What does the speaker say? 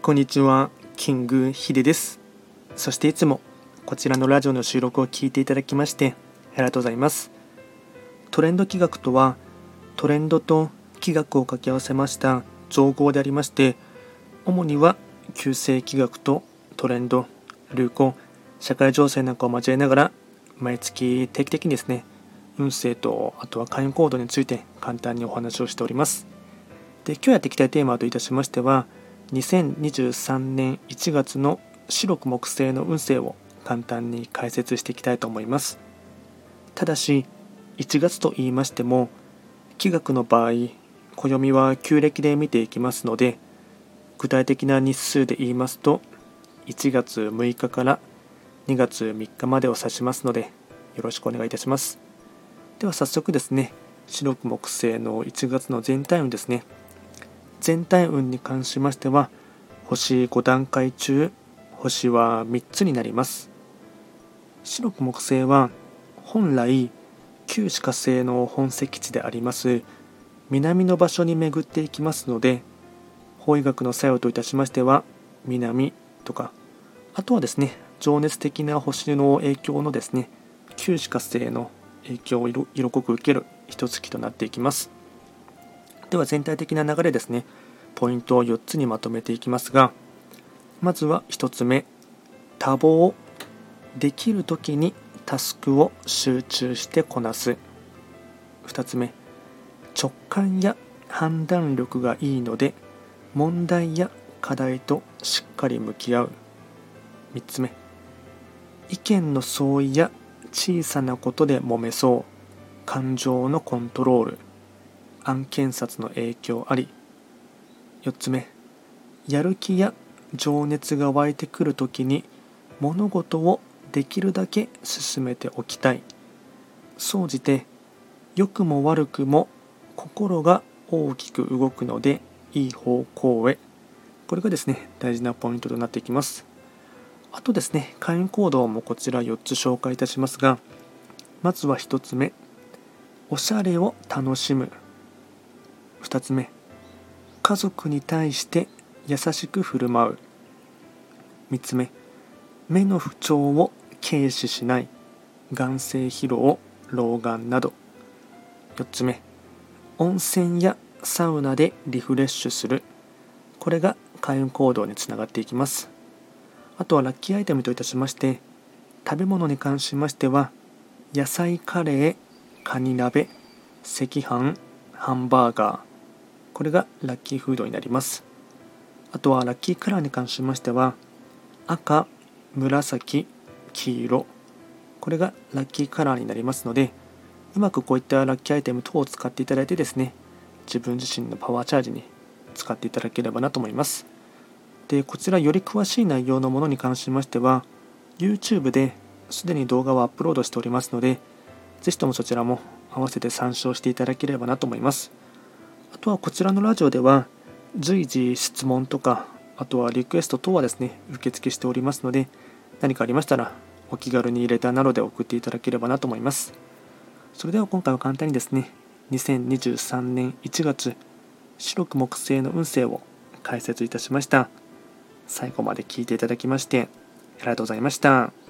こんにちは、キングヒデです。そしていつもこちらのラジオの収録を聞いていただきましてありがとうございます。トレンド企画とは、トレンドと企画を掛け合わせました造語でありまして、主には旧世企画とトレンド、流行、社会情勢なんかを交えながら、毎月定期的にですね、運勢とあとは開運行動について簡単にお話をしております。で、今日やっていきたいテーマといたしましては、2023年1月の白く木星の運勢を簡単に解説していきたいと思います。ただし、1月と言いましても、気学の場合、暦は旧暦で見ていきますので、具体的な日数で言いますと、1月6日から2月3日までを指しますので、よろしくお願いいたします。では早速ですね、白く木星の1月の全体運ですね。全体運に関しましては、星5段階中、星は3つになります。白く木星は、本来、旧歯科星の本石地であります南の場所に巡っていきますので、法医学の作用といたしましては、南とか、あとはですね、情熱的な星の影響のですね、旧歯科星の影響を色濃く受ける一月となっていきます。では全体的な流れですね、ポイントを4つにまとめていきますが、まずは1つ目、多忙、できるときにタスクを集中してこなす。2つ目、直感や判断力がいいので問題や課題としっかり向き合う。3つ目、意見の相違や小さなことで揉めそう、感情のコントロール、案件札の影響あり。4つ目、やる気や情熱が湧いてくるときに物事をできるだけ進めておきたい。総じて良くも悪くも心が大きく動くのでいい方向へ。これがですね、大事なポイントとなっていきます。あとですね、開運行動もこちら4つ紹介いたしますが、まずは1つ目、おしゃれを楽しむ。2つ目、家族に対して優しく振る舞う。3つ目、目の不調を軽視しない、眼精疲労、老眼など。4つ目、温泉やサウナでリフレッシュする。これが開運行動につながっていきます。あとはラッキーアイテムといたしまして、食べ物に関しましては、野菜カレー、カニ鍋、赤飯、ハンバーガー、これがラッキーフードになります。あとはラッキーカラーに関しましては、赤、紫、黄色、これがラッキーカラーになりますので、うまくこういったラッキーアイテム等を使っていただいてですね、自分自身のパワーチャージに使っていただければなと思います。で、こちらより詳しい内容のものに関しましては、YouTube ですでに動画をアップロードしておりますので、ぜひともそちらも合わせて参照していただければなと思います。あとはこちらのラジオでは、随時質問とか、あとはリクエスト等はですね、受付しておりますので、何かありましたら、お気軽にレターなどで送っていただければなと思います。それでは今回は簡単にですね、2023年1月、白く木星の運勢を解説いたしました。最後まで聞いていただきまして、ありがとうございました。